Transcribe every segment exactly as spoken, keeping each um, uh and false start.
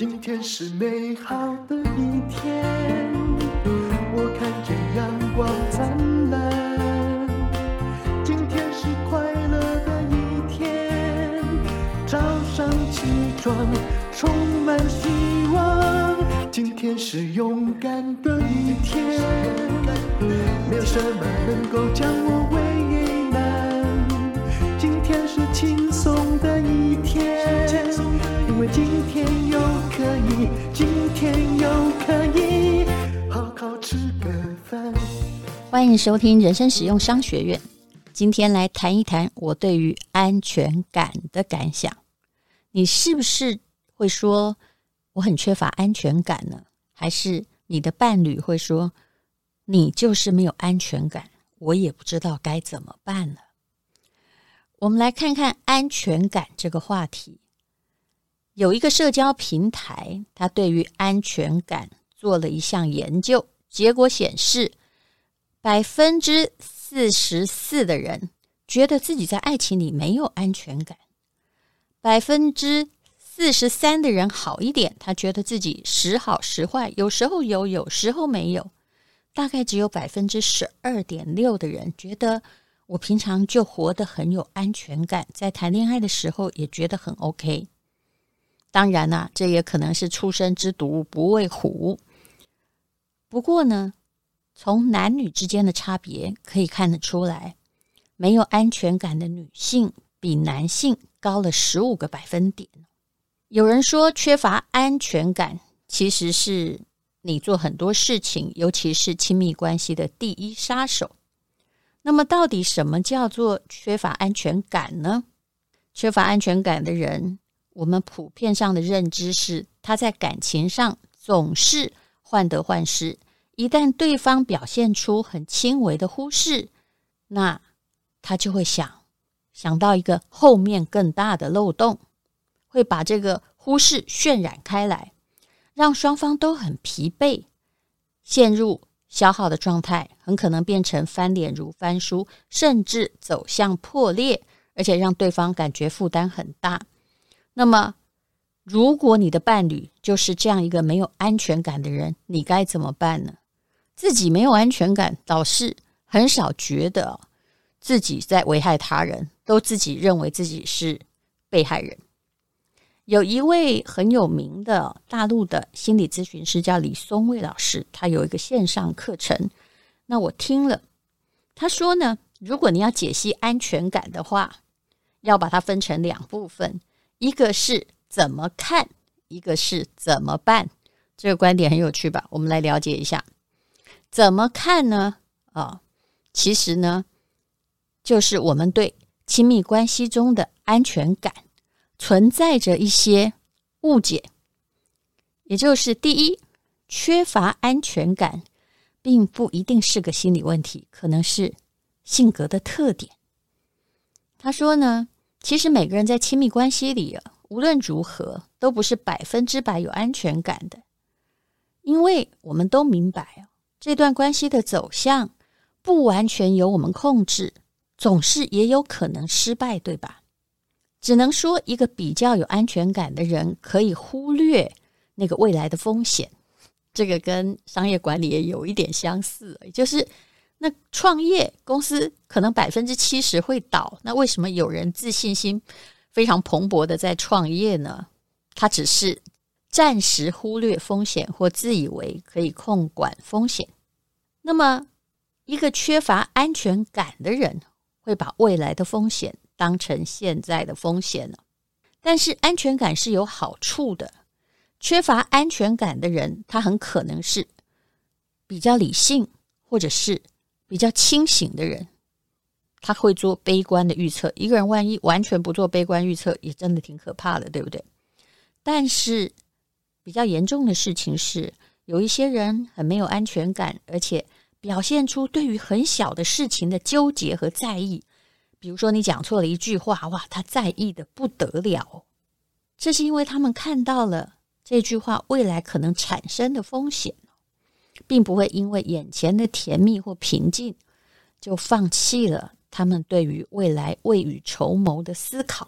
今天是美好的一天，我看见阳光灿烂。今天是快乐的一天，早上起床充满希望。今天是勇敢的一天，没有什么能够将我为难。今天是轻松的一天，因为今天又可以，今天又可以好好吃个饭。 欢迎收听人生实用商学院。今天来谈一谈我对于安全感的感想。你是不是会说我很缺乏安全感呢？还是你的伴侣会说你就是没有安全感，我也不知道该怎么办了。我们来看看安全感这个话题。有一个社交平台，它对于安全感做了一项研究，结果显示百分之四十四的人觉得自己在爱情里没有安全感，百分之四十三的人好一点，他觉得自己时好时坏，有时候有，有时候没有。大概只有百分之十二点六的人觉得我平常就活得很有安全感，在谈恋爱的时候也觉得很 OK。当然啦、啊，这也可能是初生之犊不畏虎。不过呢，从男女之间的差别可以看得出来，没有安全感的女性比男性高了十五个百分点。有人说缺乏安全感其实是你做很多事情，尤其是亲密关系的第一杀手。那么到底什么叫做缺乏安全感呢？缺乏安全感的人，我们普遍上的认知是他在感情上总是患得患失，一旦对方表现出很轻微的忽视，那他就会想想到一个后面更大的漏洞，会把这个忽视渲染开来，让双方都很疲惫，陷入消耗的状态，很可能变成翻脸如翻书，甚至走向破裂，而且让对方感觉负担很大。那么如果你的伴侣就是这样一个没有安全感的人，你该怎么办呢？自己没有安全感，倒是很少觉得自己在危害他人，都自己认为自己是被害人。有一位很有名的大陆的心理咨询师叫李松蔚老师，他有一个线上课程，那我听了，他说呢，如果你要解析安全感的话，要把它分成两部分，一个是怎么看，一个是怎么办。这个观点很有趣吧？我们来了解一下。怎么看呢？啊，其实呢，就是我们对亲密关系中的安全感存在着一些误解。也就是第一，缺乏安全感并不一定是个心理问题，可能是性格的特点。他说呢，其实每个人在亲密关系里啊，无论如何都不是百分之百有安全感的，因为我们都明白这段关系的走向不完全由我们控制，总是也有可能失败，对吧？只能说一个比较有安全感的人可以忽略那个未来的风险。这个跟商业管理也有一点相似，也就是那创业公司可能百分之七十会倒，那为什么有人自信心非常蓬勃的在创业呢？他只是暂时忽略风险，或自以为可以控管风险。那么一个缺乏安全感的人会把未来的风险当成现在的风险了。但是安全感是有好处的，缺乏安全感的人，他很可能是比较理性或者是比较清醒的人，他会做悲观的预测。一个人万一完全不做悲观预测，也真的挺可怕的，对不对？但是比较严重的事情是，有一些人很没有安全感，而且表现出对于很小的事情的纠结和在意。比如说你讲错了一句话，哇，他在意的不得了。这是因为他们看到了这句话未来可能产生的风险，并不会因为眼前的甜蜜或平静就放弃了他们对于未来未雨绸缪的思考。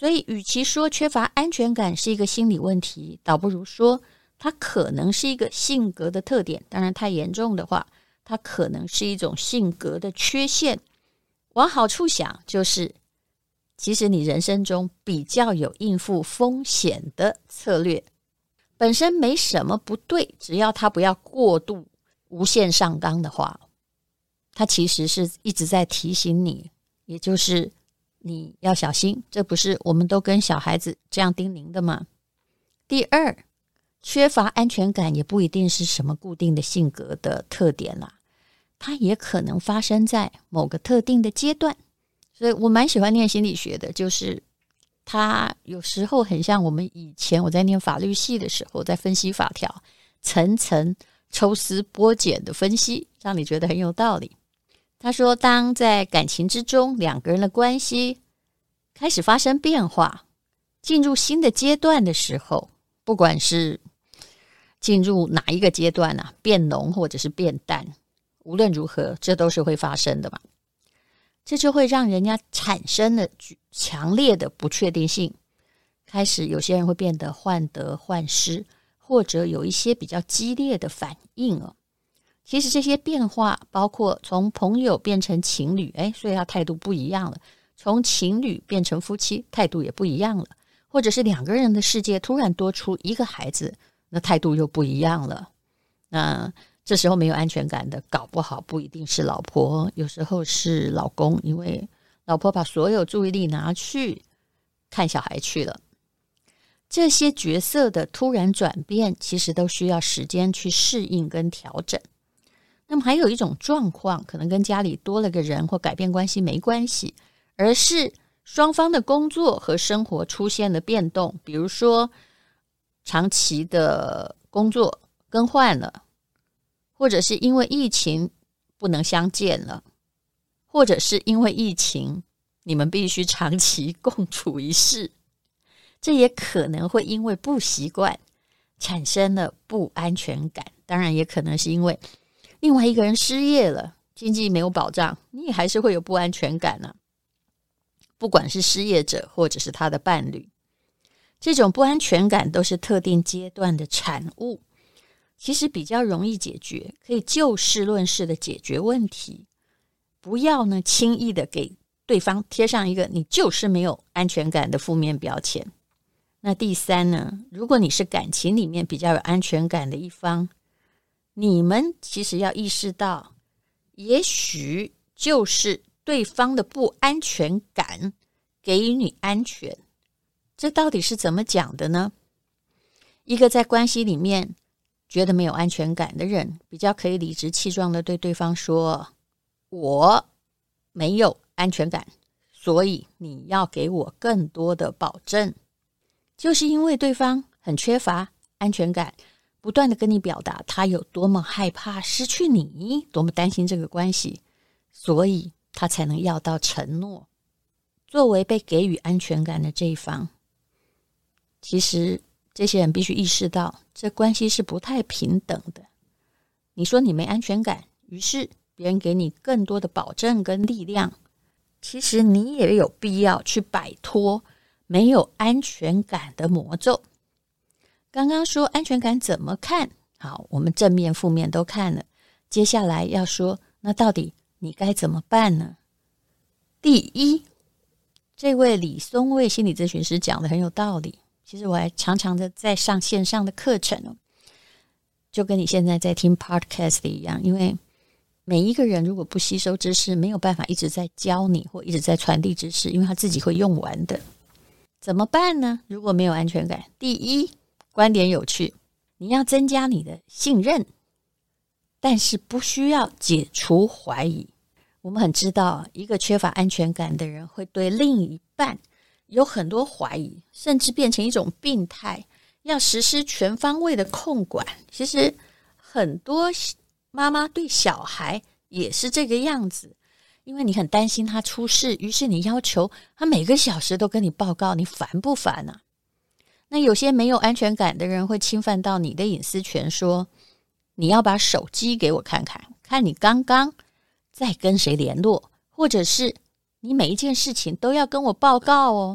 所以与其说缺乏安全感是一个心理问题，倒不如说它可能是一个性格的特点，当然太严重的话，它可能是一种性格的缺陷。往好处想，就是其实你人生中比较有应付风险的策略，本身没什么不对，只要它不要过度无限上纲的话，它其实是一直在提醒你，也就是你要小心，这不是我们都跟小孩子这样叮咛的吗？第二，缺乏安全感也不一定是什么固定的性格的特点啦，它也可能发生在某个特定的阶段。所以我蛮喜欢念心理学的，就是它有时候很像我们以前我在念法律系的时候，在分析法条，层层抽丝剥茧的分析，让你觉得很有道理。他说，当在感情之中，两个人的关系开始发生变化，进入新的阶段的时候，不管是进入哪一个阶段啊，变浓或者是变淡，无论如何，这都是会发生的嘛。这就会让人家产生了强烈的不确定性，开始有些人会变得患得患失，或者有一些比较激烈的反应哦。其实这些变化包括从朋友变成情侣，诶，所以他态度不一样了，从情侣变成夫妻，态度也不一样了，或者是两个人的世界突然多出一个孩子，那态度又不一样了。那这时候没有安全感的，搞不好不一定是老婆，有时候是老公，因为老婆把所有注意力拿去看小孩去了。这些角色的突然转变，其实都需要时间去适应跟调整。那么还有一种状况，可能跟家里多了个人或改变关系没关系，而是双方的工作和生活出现了变动，比如说长期的工作更换了，或者是因为疫情不能相见了，或者是因为疫情你们必须长期共处一室，这也可能会因为不习惯产生了不安全感。当然也可能是因为另外一个人失业了，经济没有保障，你也还是会有不安全感啊。不管是失业者或者是他的伴侣，这种不安全感都是特定阶段的产物，其实比较容易解决，可以就事论事的解决问题，不要呢轻易的给对方贴上一个你就是没有安全感的负面标签。那第三呢，如果你是感情里面比较有安全感的一方，你们其实要意识到，也许就是对方的不安全感给予你安全。这到底是怎么讲的呢？一个在关系里面觉得没有安全感的人，比较可以理直气壮的对对方说，我没有安全感，所以你要给我更多的保证。就是因为对方很缺乏安全感，不断的跟你表达他有多么害怕失去你，多么担心这个关系，所以他才能要到承诺。作为被给予安全感的这一方，其实这些人必须意识到，这关系是不太平等的。你说你没安全感，于是别人给你更多的保证跟力量，其实你也有必要去摆脱没有安全感的魔咒。刚刚说安全感怎么看，好，我们正面负面都看了，接下来要说，那到底你该怎么办呢？第一，这位李松蔚心理咨询师讲的很有道理，其实我还常常的在上线上的课程哦，就跟你现在在听 podcast 的一样，因为每一个人如果不吸收知识，没有办法一直在教你或一直在传递知识，因为他自己会用完的。怎么办呢？如果没有安全感，第一，观点有趣，你要增加你的信任，但是不需要解除怀疑。我们很知道，一个缺乏安全感的人会对另一半有很多怀疑，甚至变成一种病态，要实施全方位的控管。其实很多妈妈对小孩也是这个样子，因为你很担心他出事，于是你要求他每个小时都跟你报告，你烦不烦啊？那有些没有安全感的人会侵犯到你的隐私权，说你要把手机给我看看，看你刚刚在跟谁联络，或者是你每一件事情都要跟我报告哦。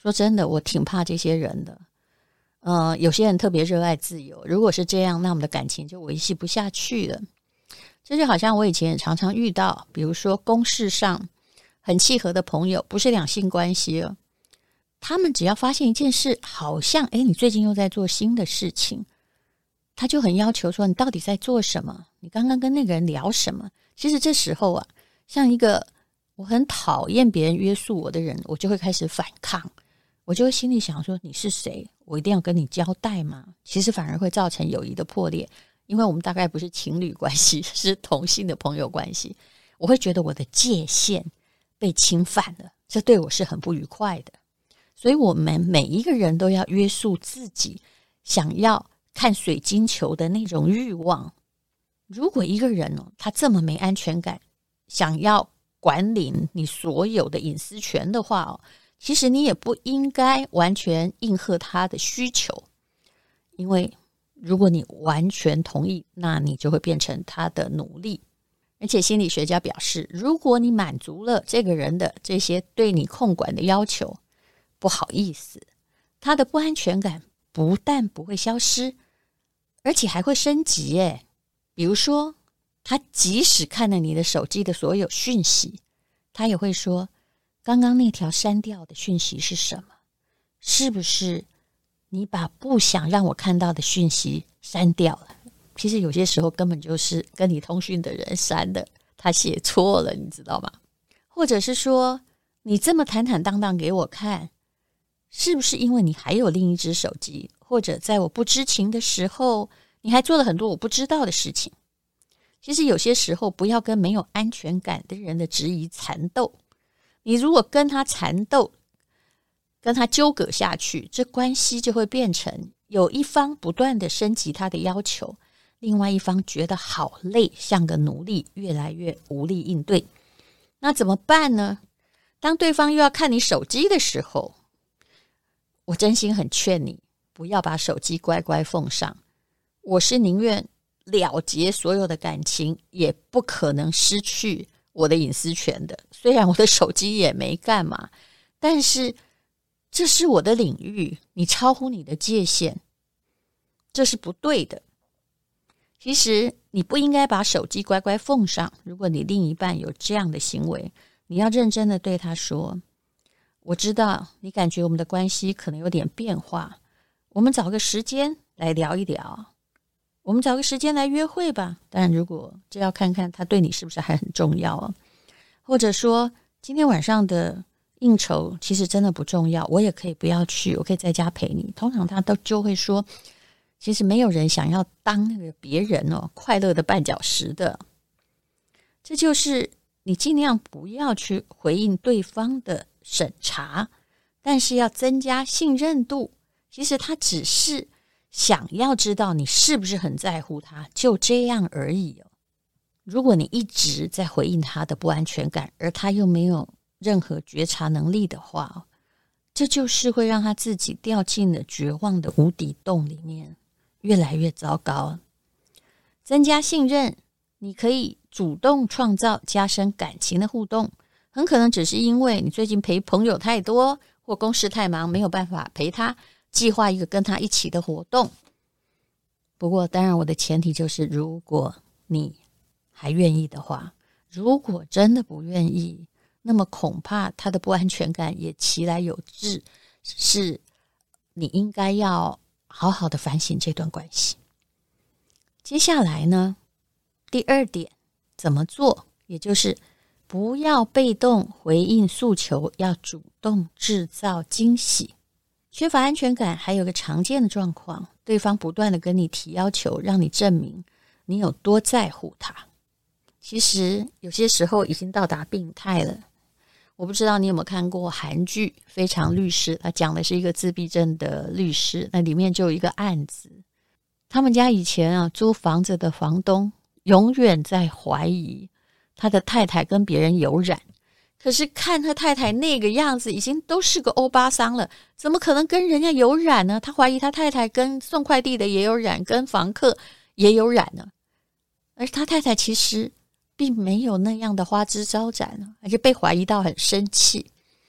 说真的，我挺怕这些人的。呃，有些人特别热爱自由，如果是这样，那我们的感情就维系不下去了。这就好像我以前也常常遇到，比如说公事上很契合的朋友，不是两性关系了，他们只要发现一件事，好像诶你最近又在做新的事情，他就很要求说你到底在做什么，你刚刚跟那个人聊什么。其实这时候啊，像一个我很讨厌别人约束我的人，我就会开始反抗，我就会心里想说你是谁，我一定要跟你交代吗？其实反而会造成友谊的破裂，因为我们大概不是情侣关系，是同性的朋友关系，我会觉得我的界限被侵犯了，这对我是很不愉快的。所以我们每一个人都要约束自己想要看水晶球的那种欲望。如果一个人哦，他这么没安全感，想要管理你所有的隐私权的话哦，其实你也不应该完全应和他的需求，因为如果你完全同意，那你就会变成他的奴隶。而且心理学家表示，如果你满足了这个人的这些对你控管的要求，不好意思，他的不安全感不但不会消失，而且还会升级耶。比如说，他即使看了你的手机的所有讯息，他也会说，刚刚那条删掉的讯息是什么？是不是你把不想让我看到的讯息删掉了？其实有些时候根本就是跟你通讯的人删的，他写错了，你知道吗？或者是说，你这么坦坦荡荡给我看，是不是因为你还有另一只手机，或者在我不知情的时候，你还做了很多我不知道的事情？其实有些时候不要跟没有安全感的人的质疑缠斗，你如果跟他缠斗，跟他纠葛下去，这关系就会变成有一方不断的升级他的要求，另外一方觉得好累，像个奴隶，越来越无力应对。那怎么办呢？当对方又要看你手机的时候，我真心很劝你不要把手机乖乖奉上。我是宁愿了结所有的感情，也不可能失去我的隐私权的。虽然我的手机也没干嘛，但是这是我的领域，你超乎你的界限，这是不对的。其实你不应该把手机乖乖奉上，如果你另一半有这样的行为，你要认真的对他说，我知道你感觉我们的关系可能有点变化，我们找个时间来聊一聊，我们找个时间来约会吧。当然如果这要看看他对你是不是还很重要哦。或者说今天晚上的应酬其实真的不重要，我也可以不要去，我可以在家陪你。通常他都就会说，其实没有人想要当那个别人哦快乐的绊脚石的。这就是你尽量不要去回应对方的审查，但是要增加信任度。其实他只是想要知道你是不是很在乎他，就这样而已哦。如果你一直在回应他的不安全感，而他又没有任何觉察能力的话，这就是会让他自己掉进了绝望的无底洞里面，越来越糟糕。增加信任，你可以主动创造加深感情的互动，很可能只是因为你最近陪朋友太多，或公事太忙，没有办法陪他，计划一个跟他一起的活动。不过当然我的前提就是，如果你还愿意的话，如果真的不愿意，那么恐怕他的不安全感也其来有致，是你应该要好好的反省这段关系。接下来呢，第二点怎么做，也就是不要被动回应诉求，要主动制造惊喜。缺乏安全感还有个常见的状况，对方不断的跟你提要求，让你证明你有多在乎他。其实有些时候已经到达病态了。我不知道你有没有看过韩剧《非常律师》，他讲的是一个自闭症的律师，那里面就有一个案子，他们家以前啊租房子的房东永远在怀疑他的太太跟别人有染，可是看他太太那个样子，已经都是个欧巴桑了，怎么可能跟人家有染呢？他怀疑他太太跟送快递的也有染，跟房客也有染呢。而他太太其实并没有那样的花枝招展，而且被怀疑到很生气。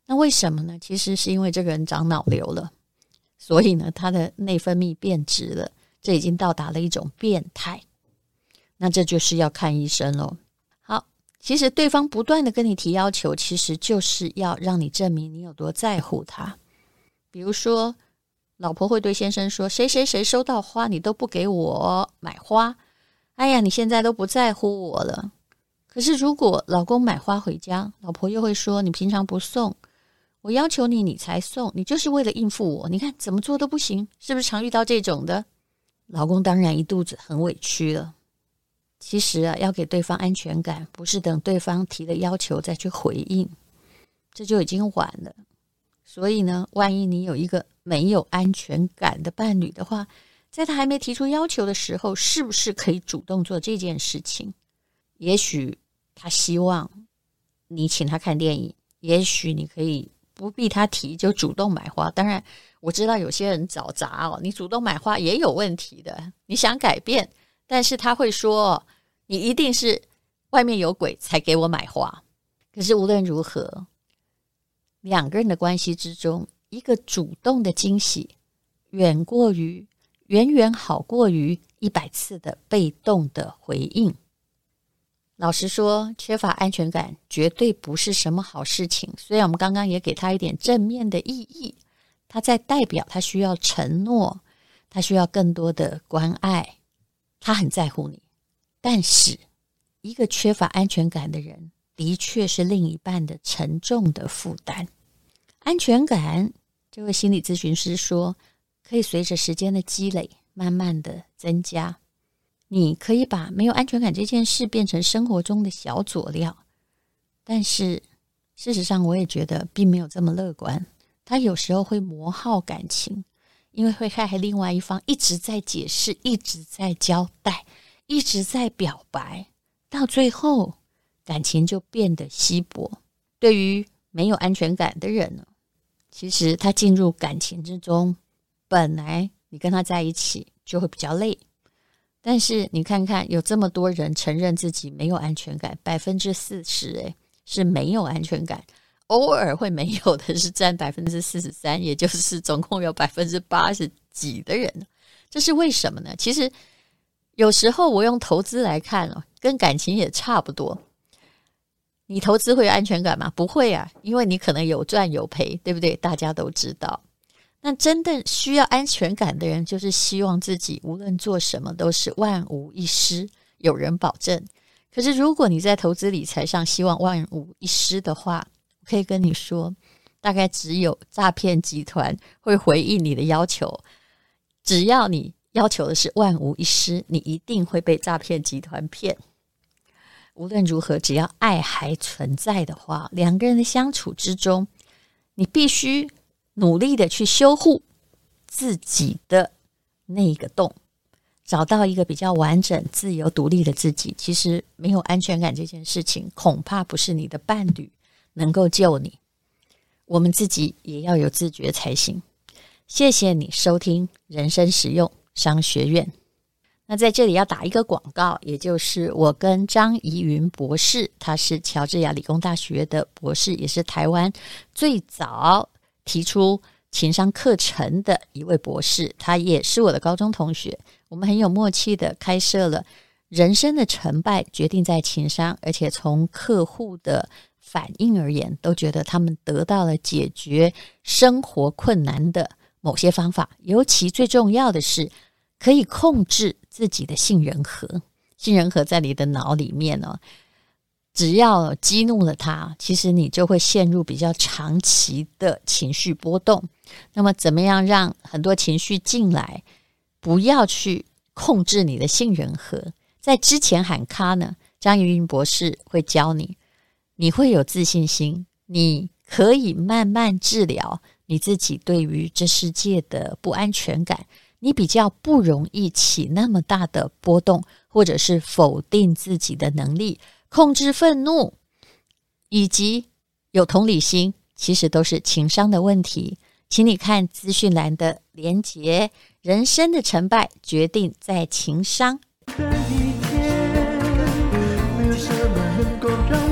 那为什么呢？其实是因为这个人长脑瘤了，所以呢他的内分泌变质了，这已经到达了一种变态，那这就是要看医生咯。好，其实对方不断的跟你提要求，其实就是要让你证明你有多在乎他。比如说老婆会对先生说，谁谁谁收到花你都不给我买花，哎呀你现在都不在乎我了。可是如果老公买花回家，老婆又会说，你平常不送，我要求你你才送，你就是为了应付我，你看怎么做都不行，是不是常遇到这种的？老公当然一肚子很委屈了。其实啊，要给对方安全感，不是等对方提了要求再去回应，这就已经晚了。所以呢，万一你有一个没有安全感的伴侣的话，在他还没提出要求的时候，是不是可以主动做这件事情？也许他希望你请他看电影，也许你可以不必他提就主动买花。当然我知道有些人找茬哦，你主动买花也有问题的，你想改变，但是他会说你一定是外面有鬼才给我买花。可是无论如何，两个人的关系之中，一个主动的惊喜远过于远远好过于一百次的被动的回应。老实说，缺乏安全感绝对不是什么好事情，虽然我们刚刚也给他一点正面的意义，他在代表他需要承诺，他需要更多的关爱，他很在乎你。但是一个缺乏安全感的人的确是另一半的沉重的负担。安全感，这位心理咨询师说，可以随着时间的积累慢慢的增加。你可以把没有安全感这件事变成生活中的小佐料，但是事实上我也觉得并没有这么乐观。他有时候会磨耗感情，因为会害另外一方一直在解释，一直在交代，一直在表白，到最后感情就变得稀薄。对于没有安全感的人呢，其实他进入感情之中，本来你跟他在一起就会比较累，但是你看看有这么多人承认自己没有安全感， 百分之四十 诶是没有安全感，偶尔会没有的是占 百分之四十三， 也就是总共有 百分之八十 几的人。这是为什么呢？其实有时候我用投资来看哦，跟感情也差不多。你投资会有安全感吗？不会啊，因为你可能有赚有赔，对不对？大家都知道。那真的需要安全感的人，就是希望自己无论做什么都是万无一失，有人保证。可是如果你在投资理财上希望万无一失的话，我可以跟你说，大概只有诈骗集团会回应你的要求。只要你要求的是万无一失，你一定会被诈骗集团骗。无论如何，只要爱还存在的话，两个人的相处之中，你必须努力的去修护自己的那个洞，找到一个比较完整、自由、独立的自己。其实没有安全感这件事情，恐怕不是你的伴侣能够救你，我们自己也要有自觉才行。谢谢你收听人生实用商学院。那在这里要打一个广告，也就是我跟张怡云博士，他是乔治亚理工大学的博士，也是台湾最早提出情商课程的一位博士，他也是我的高中同学。我们很有默契的开设了人生的成败决定在情商，而且从客户的反应而言，都觉得他们得到了解决生活困难的某些方法，尤其最重要的是可以控制自己的杏仁核。杏仁核在你的脑里面哦，只要激怒了它，其实你就会陷入比较长期的情绪波动。那么怎么样让很多情绪进来，不要去控制你的杏仁核？在之前喊卡呢，张怡云博士会教你，你会有自信心，你可以慢慢治疗你自己对于这世界的不安全感，你比较不容易起那么大的波动，或者是否定自己的能力，控制愤怒，以及有同理心，其实都是情商的问题。请你看资讯栏的连结，人生的成败决定在情商。 这一天，没有什么能够让